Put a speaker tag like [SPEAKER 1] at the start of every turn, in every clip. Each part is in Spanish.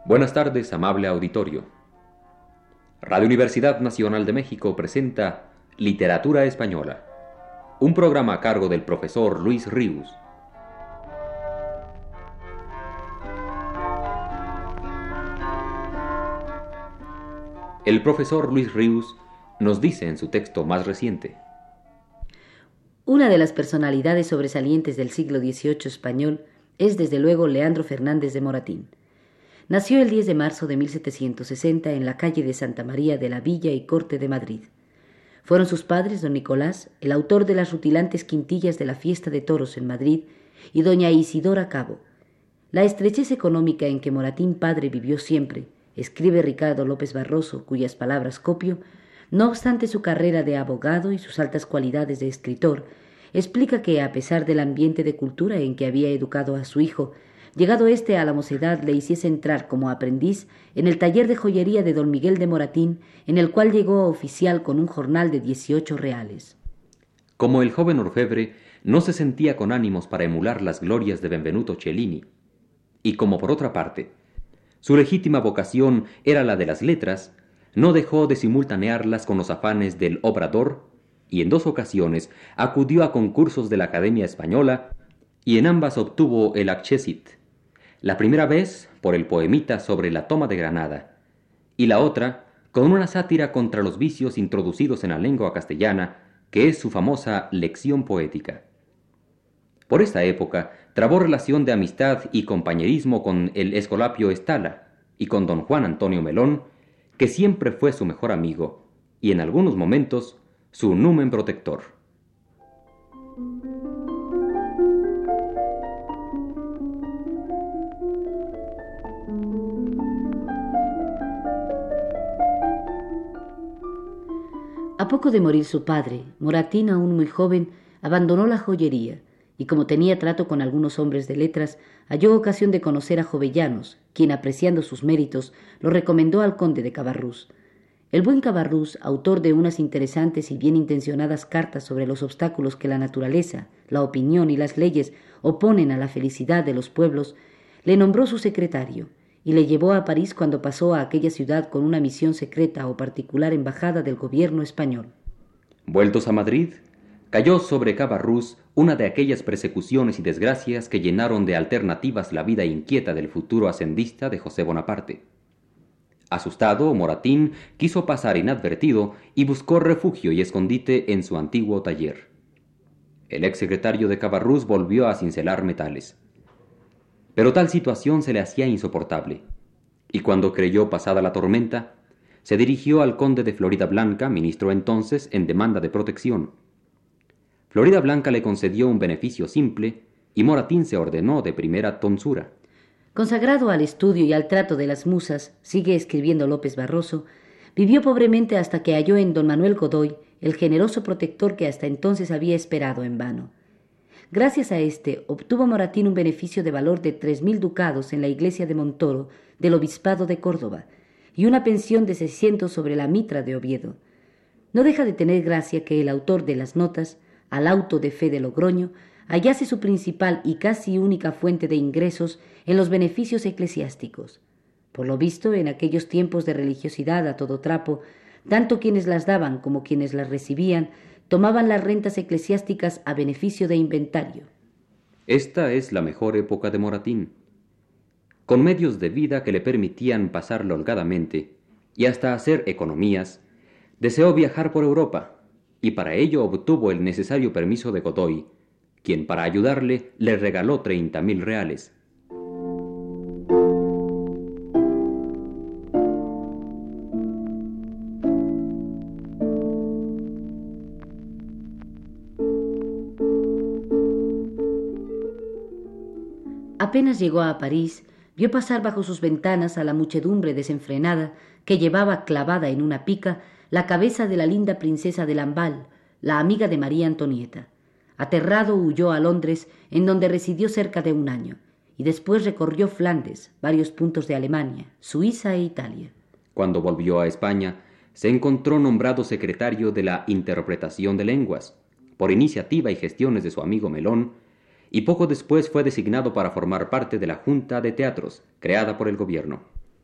[SPEAKER 1] Buenas tardes, amable auditorio. Radio Universidad Nacional de México presenta Literatura Española, un programa a cargo del profesor Luis Ríos. El profesor Luis Ríos nos dice en su texto más reciente:
[SPEAKER 2] una de las personalidades sobresalientes del siglo XVIII español es desde luego Leandro Fernández de Moratín. Nació el 10 de marzo de 1760 en la calle de Santa María de la Villa y Corte de Madrid. Fueron sus padres don Nicolás, el autor de las rutilantes quintillas de la Fiesta de Toros en Madrid, y doña Isidora Cabo. La estrechez económica en que Moratín padre vivió siempre, escribe Ricardo López Barroso, cuyas palabras copio, no obstante su carrera de abogado y sus altas cualidades de escritor, explica que, a pesar del ambiente de cultura en que había educado a su hijo, llegado éste a la mocedad le hiciese entrar como aprendiz en el taller de joyería de don Miguel de Moratín, en el cual llegó a oficial con un jornal de 18 reales.
[SPEAKER 1] Como el joven orfebre no se sentía con ánimos para emular las glorias de Benvenuto Cellini, y como por otra parte su legítima vocación era la de las letras, no dejó de simultanearlas con los afanes del obrador, y en 2 ocasiones acudió a concursos de la Academia Española, y en ambas obtuvo el accessit. La primera vez por el poemita sobre la toma de Granada, y la otra con una sátira contra los vicios introducidos en la lengua castellana, que es su famosa Lección Poética. Por esta época trabó relación de amistad y compañerismo con el Escolapio Estala y con don Juan Antonio Melón, que siempre fue su mejor amigo y en algunos momentos su numen protector.
[SPEAKER 2] A poco de morir su padre, Moratín, aún muy joven, abandonó la joyería y, como tenía trato con algunos hombres de letras, halló ocasión de conocer a Jovellanos, quien, apreciando sus méritos, lo recomendó al conde de Cabarrús. El buen Cabarrús, autor de unas interesantes y bien intencionadas cartas sobre los obstáculos que la naturaleza, la opinión y las leyes oponen a la felicidad de los pueblos, le nombró su secretario y le llevó a París cuando pasó a aquella ciudad con una misión secreta o particular embajada del gobierno español.
[SPEAKER 1] Vueltos a Madrid, cayó sobre Cabarrús una de aquellas persecuciones y desgracias que llenaron de alternativas la vida inquieta del futuro hacendista de José Bonaparte. Asustado, Moratín quiso pasar inadvertido y buscó refugio y escondite en su antiguo taller. El ex secretario de Cabarrús volvió a cincelar metales. Pero tal situación se le hacía insoportable, y cuando creyó pasada la tormenta, se dirigió al conde de Floridablanca, ministro entonces, en demanda de protección. Floridablanca le concedió un beneficio simple, y Moratín se ordenó de primera tonsura.
[SPEAKER 2] Consagrado al estudio y al trato de las musas, sigue escribiendo López Barroso, vivió pobremente hasta que halló en don Manuel Godoy el generoso protector que hasta entonces había esperado en vano. Gracias a este, obtuvo Moratín un beneficio de valor de 3.000 ducados en la iglesia de Montoro del obispado de Córdoba y una pensión de 600 sobre la mitra de Oviedo. No deja de tener gracia que el autor de las notas al auto de fe de Logroño hallase su principal y casi única fuente de ingresos en los beneficios eclesiásticos. Por lo visto, en aquellos tiempos de religiosidad a todo trapo, tanto quienes las daban como quienes las recibían tomaban las rentas eclesiásticas a beneficio de inventario.
[SPEAKER 1] Esta es la mejor época de Moratín. Con medios de vida que le permitían pasarlo holgadamente y hasta hacer economías, deseó viajar por Europa, y para ello obtuvo el necesario permiso de Godoy, quien para ayudarle le regaló 30.000 reales.
[SPEAKER 2] Apenas llegó a París, vio pasar bajo sus ventanas a la muchedumbre desenfrenada que llevaba clavada en una pica la cabeza de la linda princesa de Lamballe, la amiga de María Antonieta. Aterrado huyó a Londres, en donde residió cerca de 1 año, y después recorrió Flandes, varios puntos de Alemania, Suiza e Italia.
[SPEAKER 1] Cuando volvió a España, se encontró nombrado secretario de la interpretación de lenguas, por iniciativa y gestiones de su amigo Melón, y poco después fue designado para formar parte de la Junta de Teatros, creada por el gobierno.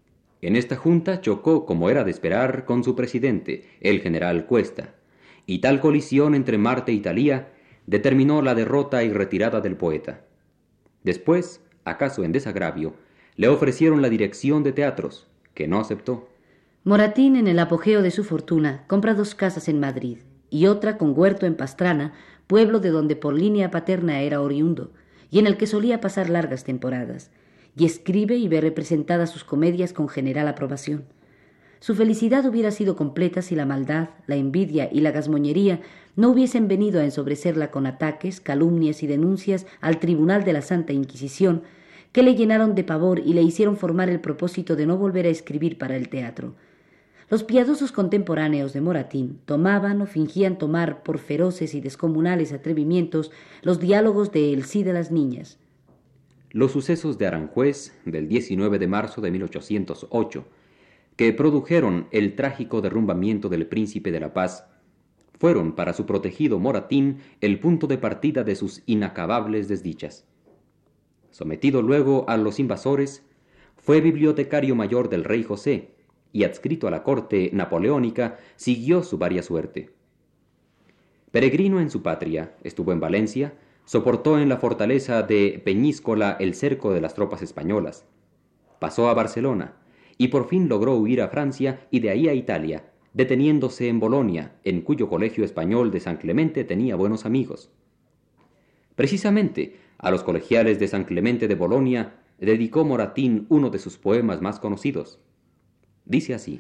[SPEAKER 1] En esta junta chocó, como era de esperar, con su presidente, el general Cuesta, y tal colisión entre Marte y Thalía determinó la derrota y retirada del poeta. Después, acaso en desagravio, le ofrecieron la dirección de teatros, que no aceptó.
[SPEAKER 2] Moratín, en el apogeo de su fortuna, compra 2 casas en Madrid y otra con huerto en Pastrana, pueblo de donde por línea paterna era oriundo, y en el que solía pasar largas temporadas, y escribe y ve representadas sus comedias con general aprobación. Su felicidad hubiera sido completa si la maldad, la envidia y la gazmoñería no hubiesen venido a ensobrecerla con ataques, calumnias y denuncias al tribunal de la Santa Inquisición, que le llenaron de pavor y le hicieron formar el propósito de no volver a escribir para el teatro. Los piadosos contemporáneos de Moratín tomaban o fingían tomar por feroces y descomunales atrevimientos los diálogos de El sí de las niñas.
[SPEAKER 1] Los sucesos de Aranjuez del 19 de marzo de 1808, que produjeron el trágico derrumbamiento del Príncipe de la Paz, fueron para su protegido Moratín el punto de partida de sus inacabables desdichas. Sometido luego a los invasores, fue bibliotecario mayor del rey José, y adscrito a la corte napoleónica, siguió su varia suerte. Peregrino en su patria, estuvo en Valencia, soportó en la fortaleza de Peñíscola el cerco de las tropas españolas, pasó a Barcelona, y por fin logró huir a Francia y de ahí a Italia, deteniéndose en Bolonia, en cuyo colegio español de San Clemente tenía buenos amigos. Precisamente a los colegiales de San Clemente de Bolonia dedicó Moratín uno de sus poemas más conocidos. Dice así: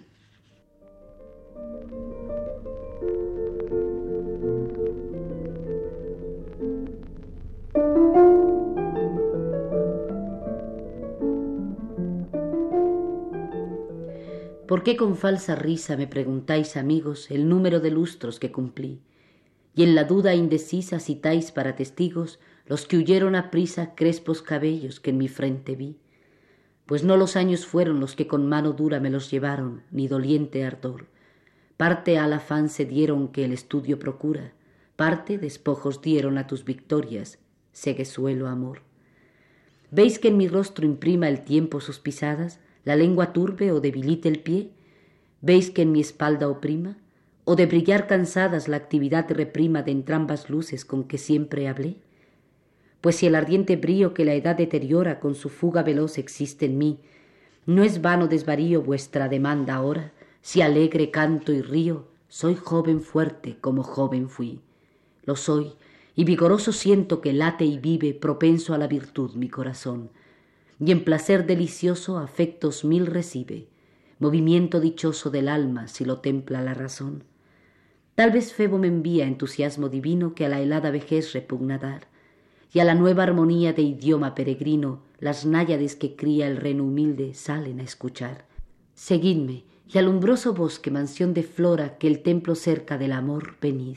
[SPEAKER 2] ¿Por qué con falsa risa me preguntáis, amigos, el número de lustros que cumplí? Y en la duda indecisa citáis para testigos los que huyeron a prisa crespos cabellos que en mi frente vi. Pues no los años fueron los que con mano dura me los llevaron, ni doliente ardor. Parte al afán se dieron que el estudio procura, parte despojos dieron a tus victorias, seguesuelo amor. ¿Veis que en mi rostro imprima el tiempo sus pisadas, la lengua turbe o debilite el pie? ¿Veis que en mi espalda oprima, o de brillar cansadas la actividad reprima de entrambas luces con que siempre hablé? Pues si el ardiente brío que la edad deteriora con su fuga veloz existe en mí, ¿no es vano desvarío vuestra demanda ahora? Si alegre canto y río, soy joven fuerte como joven fui. Lo soy, y vigoroso siento que late y vive propenso a la virtud mi corazón, y en placer delicioso afectos 1000 recibe, movimiento dichoso del alma si lo templa la razón. Tal vez Febo me envía entusiasmo divino que a la helada vejez repugna dar, y a la nueva armonía de idioma peregrino las náyades que cría el reno humilde salen a escuchar. Seguidme, y al umbroso bosque, mansión de flora que el templo cerca del amor, venid.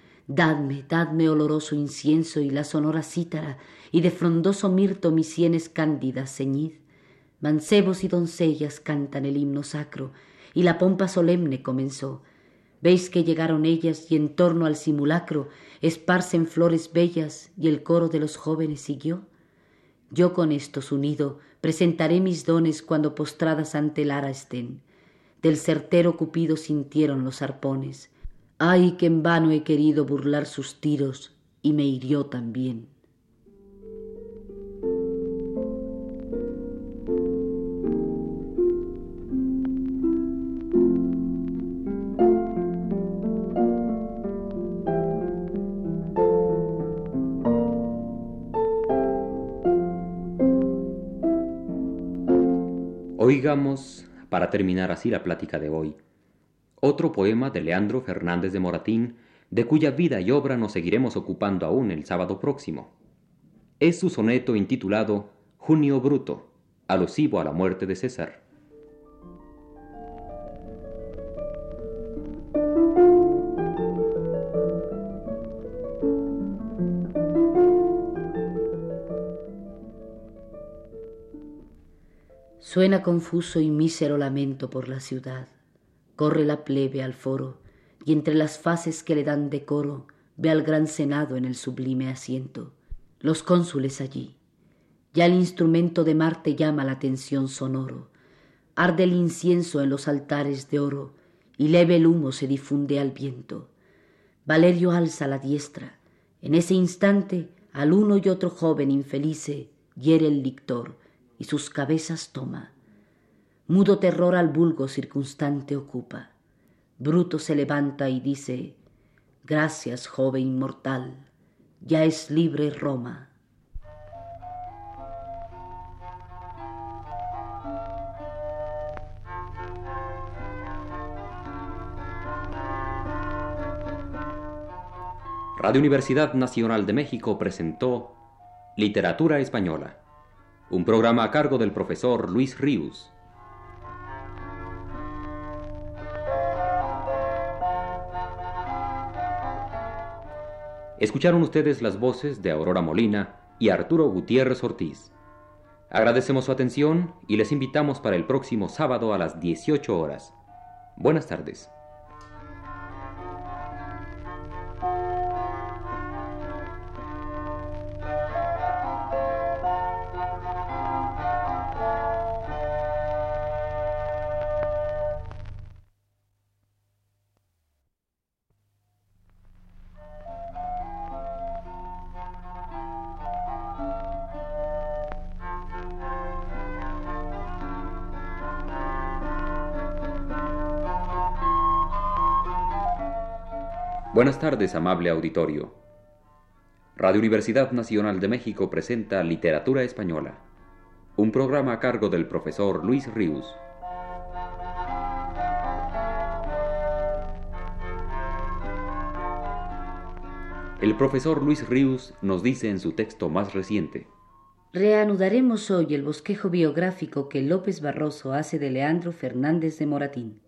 [SPEAKER 2] Dadme oloroso incienso y la sonora cítara, y de frondoso mirto mis sienes cándidas ceñid. Mancebos y doncellas cantan el himno sacro, y la pompa solemne comenzó. Veis que llegaron ellas y en torno al simulacro esparcen flores bellas y el coro de los jóvenes siguió. Yo con estos unido presentaré mis dones cuando postradas ante el ara estén. Del certero Cupido sintieron los arpones. Ay, que en vano he querido burlar sus tiros y me hirió también.
[SPEAKER 1] Oigamos, para terminar así la plática de hoy, otro poema de Leandro Fernández de Moratín, de cuya vida y obra nos seguiremos ocupando aún el sábado próximo. Es su soneto intitulado Junio Bruto, alusivo a la muerte de César.
[SPEAKER 2] Suena confuso y mísero lamento por la ciudad. Corre la plebe al foro, y entre las faces que le dan decoro, ve al gran senado en el sublime asiento, los cónsules allí. Ya el instrumento de Marte llama la atención sonoro. arde el incienso en los altares de oro, y leve el humo se difunde al viento. Valerio alza la diestra. En ese instante, al uno y otro joven infelice hiere el lictor, y sus cabezas toma. Mudo terror al vulgo circunstante ocupa. Bruto se levanta y dice: gracias, joven inmortal, ya es libre Roma.
[SPEAKER 1] Radio Universidad Nacional de México presentó Literatura Española, un programa a cargo del profesor Luis Ríos. Escucharon ustedes las voces de Aurora Molina y Arturo Gutiérrez Ortiz. Agradecemos su atención y les invitamos para el próximo sábado a las 18 horas. Buenas tardes. Buenas tardes, amable auditorio. Radio Universidad Nacional de México presenta Literatura Española, un programa a cargo del profesor Luis Ríos. El profesor Luis Ríos nos dice en su texto más reciente:
[SPEAKER 2] reanudaremos hoy el bosquejo biográfico que López Barroso hace de Leandro Fernández de Moratín.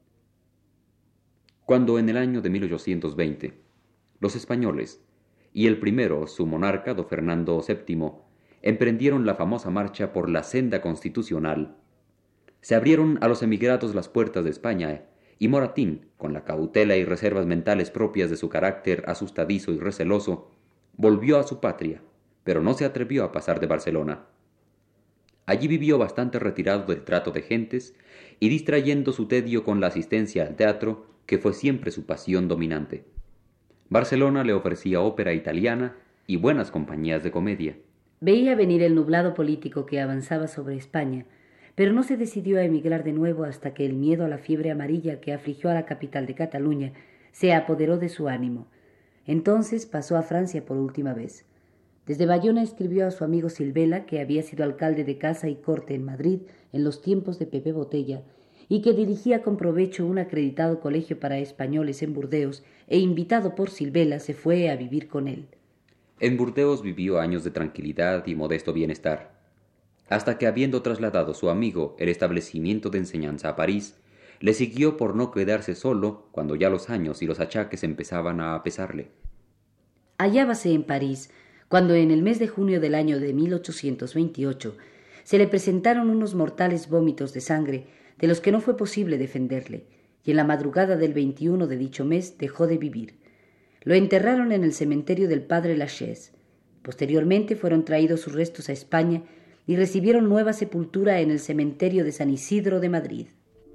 [SPEAKER 1] Cuando en el año de 1820 los españoles, y el primero su monarca, don Fernando VII, emprendieron la famosa marcha por la senda constitucional, se abrieron a los emigrados las puertas de España, y Moratín, con la cautela y reservas mentales propias de su carácter asustadizo y receloso, volvió a su patria, pero no se atrevió a pasar de Barcelona. Allí vivió bastante retirado del trato de gentes y distrayendo su tedio con la asistencia al teatro, que fue siempre su pasión dominante. Barcelona le ofrecía ópera italiana y buenas compañías de comedia.
[SPEAKER 2] Veía venir el nublado político que avanzaba sobre España, pero no se decidió a emigrar de nuevo hasta que el miedo a la fiebre amarilla que afligió a la capital de Cataluña se apoderó de su ánimo. Entonces pasó a Francia por última vez. Desde Bayona escribió a su amigo Silvela, que había sido alcalde de Casa y Corte en Madrid en los tiempos de Pepe Botella, y que dirigía con provecho un acreditado colegio para españoles en Burdeos, e invitado por Silvela se fue a vivir con él.
[SPEAKER 1] En Burdeos vivió años de tranquilidad y modesto bienestar, hasta que, habiendo trasladado su amigo el establecimiento de enseñanza a París, le siguió por no quedarse solo cuando ya los años y los achaques empezaban a pesarle.
[SPEAKER 2] Hallábase en París cuando en el mes de junio del año de 1828 se le presentaron unos mortales vómitos de sangre de los que no fue posible defenderle, y en la madrugada del 21 de dicho mes dejó de vivir. Lo enterraron en el cementerio del Padre Lachaise. Posteriormente fueron traídos sus restos a España y recibieron nueva sepultura en el cementerio de San Isidro de Madrid.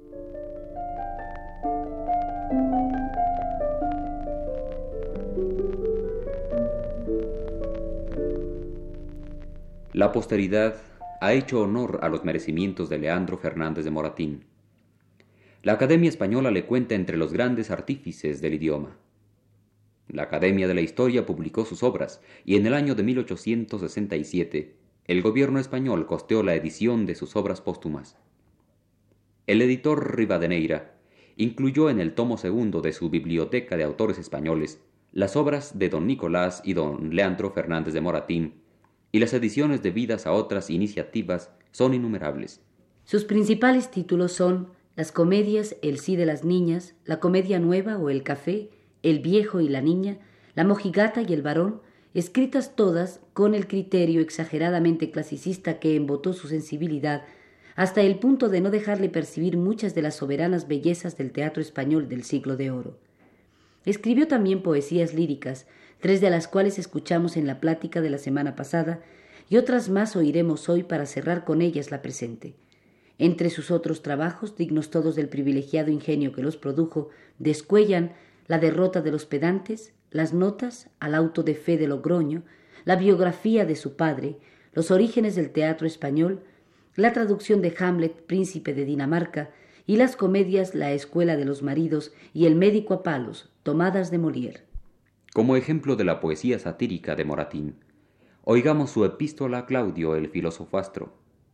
[SPEAKER 1] La posteridad ha hecho honor a los merecimientos de Leandro Fernández de Moratín. La Academia Española le cuenta entre los grandes artífices del idioma. La Academia de la Historia publicó sus obras y en el año de 1867 el gobierno español costeó la edición de sus obras póstumas. El editor Rivadeneira incluyó en el tomo segundo de su Biblioteca de Autores Españoles las obras de don Nicolás y don Leandro Fernández de Moratín, y las ediciones debidas a otras iniciativas son innumerables.
[SPEAKER 2] Sus principales títulos son las comedias El sí de las niñas, La comedia nueva o El café, El viejo y la niña, La mojigata y el varón, escritas todas con el criterio exageradamente clasicista que embotó su sensibilidad, hasta el punto de no dejarle percibir muchas de las soberanas bellezas del teatro español del siglo de oro. Escribió también poesías líricas, 3 de las cuales escuchamos en la plática de la semana pasada, y otras más oiremos hoy para cerrar con ellas la presente. Entre sus otros trabajos, dignos todos del privilegiado ingenio que los produjo, descuellan la derrota de los pedantes, las notas al auto de fe de Logroño, la biografía de su padre, los orígenes del teatro español, la traducción de Hamlet, príncipe de Dinamarca, y las comedias La escuela de los maridos y El médico a palos, tomadas de Molière.
[SPEAKER 1] Como ejemplo de la poesía satírica de Moratín, oigamos su epístola a Claudio, el filosofastro.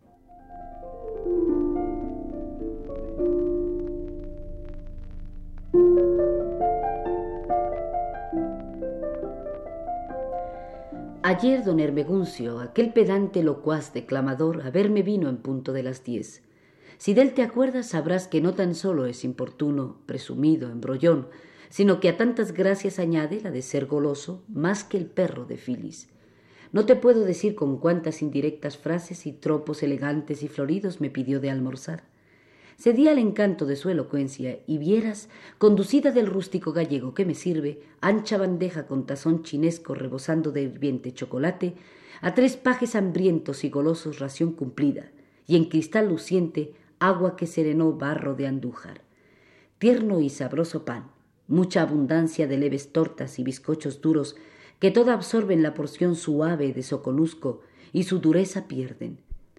[SPEAKER 2] Ayer don Hermeguncio, aquel pedante locuaz declamador, a verme vino en punto de las 10. Si de él te acuerdas, sabrás que no tan solo es importuno, presumido, embrollón, sino que a tantas gracias añade la de ser goloso, más que el perro de Filis. No te puedo decir con cuántas indirectas frases y tropos elegantes y floridos me pidió de almorzar. Cedí al encanto de su elocuencia y vieras, conducida del rústico gallego que me sirve, ancha bandeja con tazón chinesco rebosando de hirviente chocolate, a 3 pajes hambrientos y golosos ración cumplida, y en cristal luciente agua que serenó barro de Andújar. Tierno y sabroso pan, mucha abundancia de leves tortas y bizcochos duros que toda absorben la porción suave de soconusco y su dureza pierden.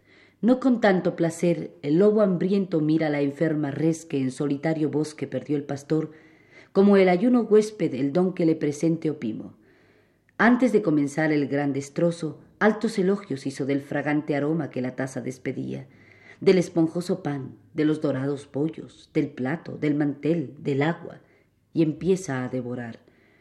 [SPEAKER 2] No con tanto placer el lobo hambriento mira la enferma res que en solitario bosque perdió el pastor, como el ayuno huésped el don que le presente opimo. Antes de comenzar el gran destrozo, altos elogios hizo del fragante aroma que la taza despedía, del esponjoso pan, de los dorados pollos, del plato, del mantel, del agua, y empieza a devorar.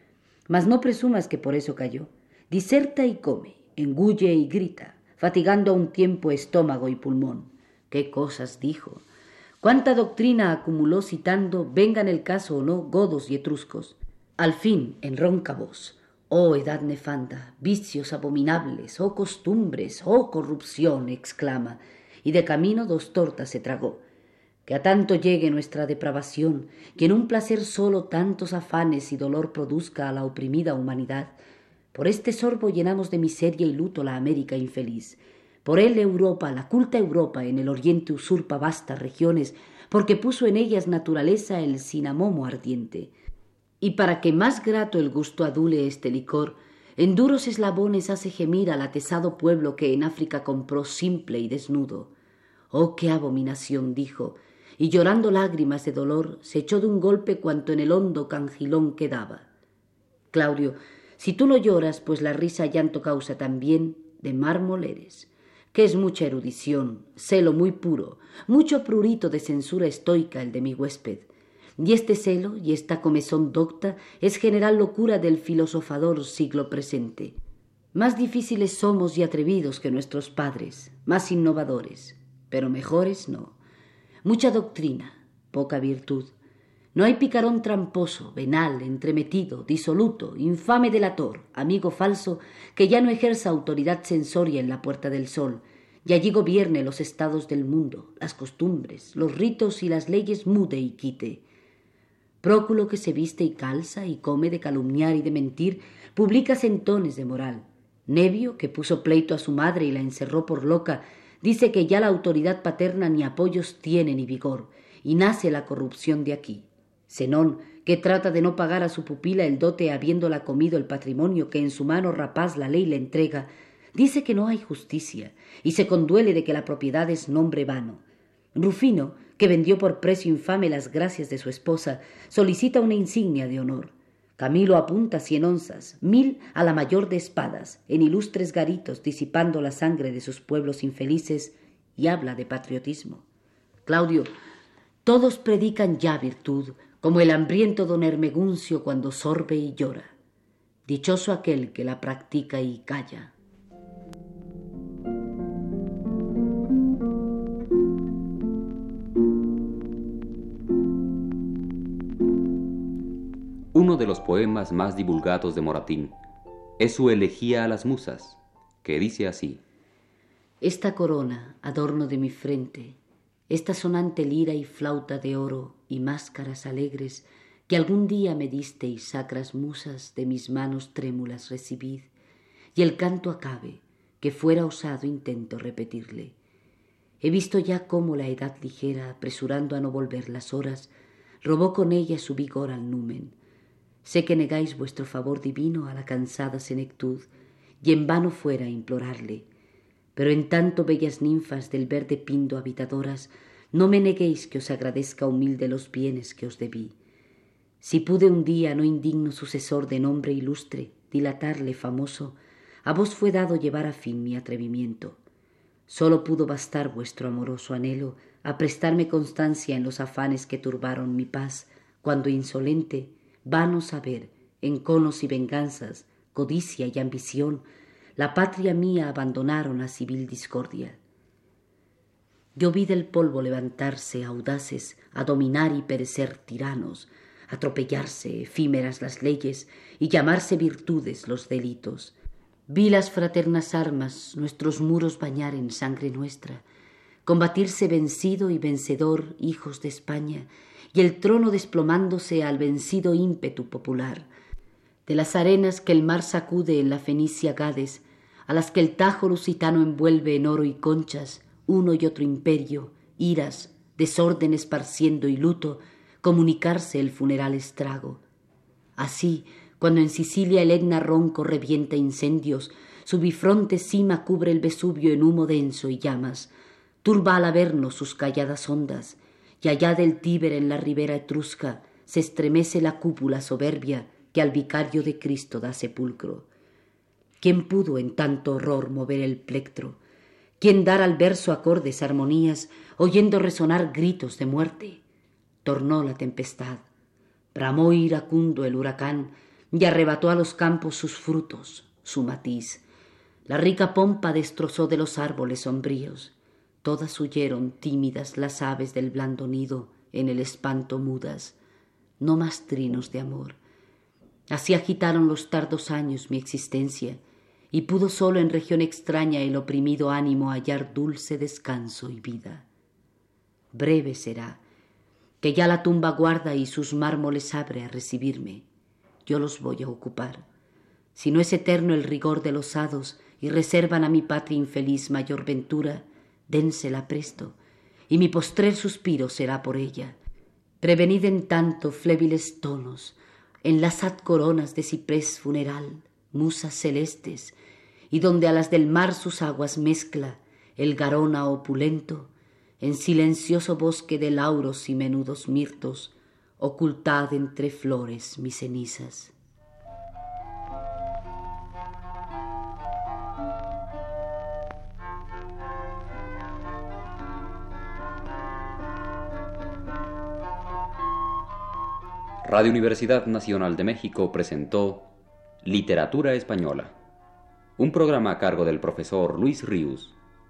[SPEAKER 2] Mas no presumas que por eso cayó. Diserta y come, engulle y grita, fatigando a un tiempo estómago y pulmón. ¿Qué cosas dijo? ¿Cuánta doctrina acumuló citando, vengan el caso o no, godos y etruscos? Al fin, en ronca voz: «Oh edad nefanda, vicios abominables, oh costumbres, oh corrupción», exclama, y de camino 2 tortas se tragó. Que a tanto llegue nuestra depravación, que en un placer solo tantos afanes y dolor produzca a la oprimida humanidad. Por este sorbo llenamos de miseria y luto la América infeliz. Por él Europa, la culta Europa, en el oriente usurpa vastas regiones, porque puso en ellas naturaleza el cinamomo ardiente. Y para que más grato el gusto adule este licor, en duros eslabones hace gemir al atesado pueblo que en África compró simple y desnudo. «Oh, qué abominación», dijo, y llorando lágrimas de dolor se echó de un golpe cuanto en el hondo cangilón quedaba. Claudio, si tú no lloras, pues la risa llanto causa también, de mármol eres, que es mucha erudición, celo muy puro, mucho prurito de censura estoica el de mi huésped. Y este celo y esta comezón docta es general locura del filosofador siglo presente. Más difíciles somos y atrevidos que nuestros padres, más innovadores, pero mejores no. Mucha doctrina, poca virtud. No hay picarón tramposo, venal, entremetido, disoluto, infame delator, amigo falso, que ya no ejerza autoridad censoria en la Puerta del Sol, y allí gobierne los estados del mundo, las costumbres, los ritos y las leyes mude y quite. Próculo, que se viste y calza y come de calumniar y de mentir, publica centones de moral. Nevio, que puso pleito a su madre y la encerró por loca, dice que ya la autoridad paterna ni apoyos tiene ni vigor, y nace la corrupción de aquí. Zenón, que trata de no pagar a su pupila el dote habiéndola comido el patrimonio que en su mano rapaz la ley le entrega, dice que no hay justicia, y se conduele de que la propiedad es nombre vano. Rufino, que vendió por precio infame las gracias de su esposa, solicita una insignia de honor. Camilo apunta 100 onzas, 1000 a la mayor de espadas, en ilustres garitos disipando la sangre de sus pueblos infelices, y habla de patriotismo. Claudio, todos predican ya virtud, como el hambriento don Hermeguncio cuando sorbe y llora. Dichoso aquel que la practica y calla.
[SPEAKER 1] Uno de los poemas más divulgados de Moratín es su elegía a las musas, que dice así:
[SPEAKER 2] Esta corona, adorno de mi frente, esta sonante lira y flauta de oro y máscaras alegres que algún día me disteis, sacras musas, de mis manos trémulas recibid, y el canto acabe, que fuera osado intento repetirle. He visto ya cómo la edad ligera, apresurando a no volver las horas, robó con ella su vigor al numen. Sé que negáis vuestro favor divino a la cansada senectud, y en vano fuera implorarle. Pero en tanto, bellas ninfas del verde pindo habitadoras, no me neguéis que os agradezca humilde los bienes que os debí. Si pude un día, no indigno sucesor de nombre ilustre, dilatarle famoso, a vos fue dado llevar a fin mi atrevimiento. Sólo pudo bastar vuestro amoroso anhelo a prestarme constancia en los afanes que turbaron mi paz, cuando insolente, vano saber, enconos y venganzas, codicia y ambición, la patria mía abandonaron a civil discordia. Yo vi del polvo levantarse audaces a dominar y perecer tiranos, atropellarse efímeras las leyes y llamarse virtudes los delitos. Vi las fraternas armas nuestros muros bañar en sangre nuestra, combatirse vencido y vencedor hijos de España, y el trono desplomándose al vencido ímpetu popular. De las arenas que el mar sacude en la fenicia Gades, a las que el Tajo lusitano envuelve en oro y conchas, uno y otro imperio, iras, desorden esparciendo y luto, comunicarse el funeral estrago. Así, cuando en Sicilia el Etna ronco revienta incendios, su bifronte cima cubre el Vesubio en humo denso y llamas, turba al Averno sus calladas ondas, y allá del Tíber en la ribera etrusca se estremece la cúpula soberbia que al vicario de Cristo da sepulcro. ¿Quién pudo en tanto horror mover el plectro? ¿Quién dar al verso acordes armonías, oyendo resonar gritos de muerte? Tornó la tempestad, bramó iracundo el huracán, y arrebató a los campos sus frutos, su matiz. La rica pompa destrozó de los árboles sombríos. Todas huyeron tímidas las aves del blando nido, en el espanto mudas. No más trinos de amor. Así agitaron los tardos años mi existencia, y pudo solo en región extraña el oprimido ánimo hallar dulce descanso y vida. Breve será, que ya la tumba guarda y sus mármoles abre a recibirme. Yo los voy a ocupar. Si no es eterno el rigor de los hados y reservan a mi patria infeliz mayor ventura, dénsela presto, y mi postrer suspiro será por ella. Prevenid en tanto, flébiles tonos, enlazad coronas de ciprés funeral, musas celestes, y donde a las del mar sus aguas mezcla el Garona opulento, en silencioso bosque de lauros y menudos mirtos, ocultad entre flores mis cenizas.
[SPEAKER 1] Radio Universidad Nacional de México presentó Literatura Española, un programa a cargo del profesor Luis Ríos.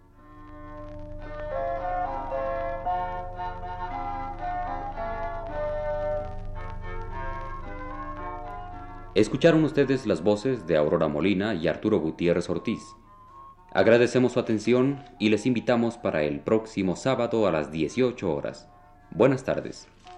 [SPEAKER 1] Escucharon ustedes las voces de Aurora Molina y Arturo Gutiérrez Ortiz. Agradecemos su atención y les invitamos para el próximo sábado a las 18 horas. Buenas tardes.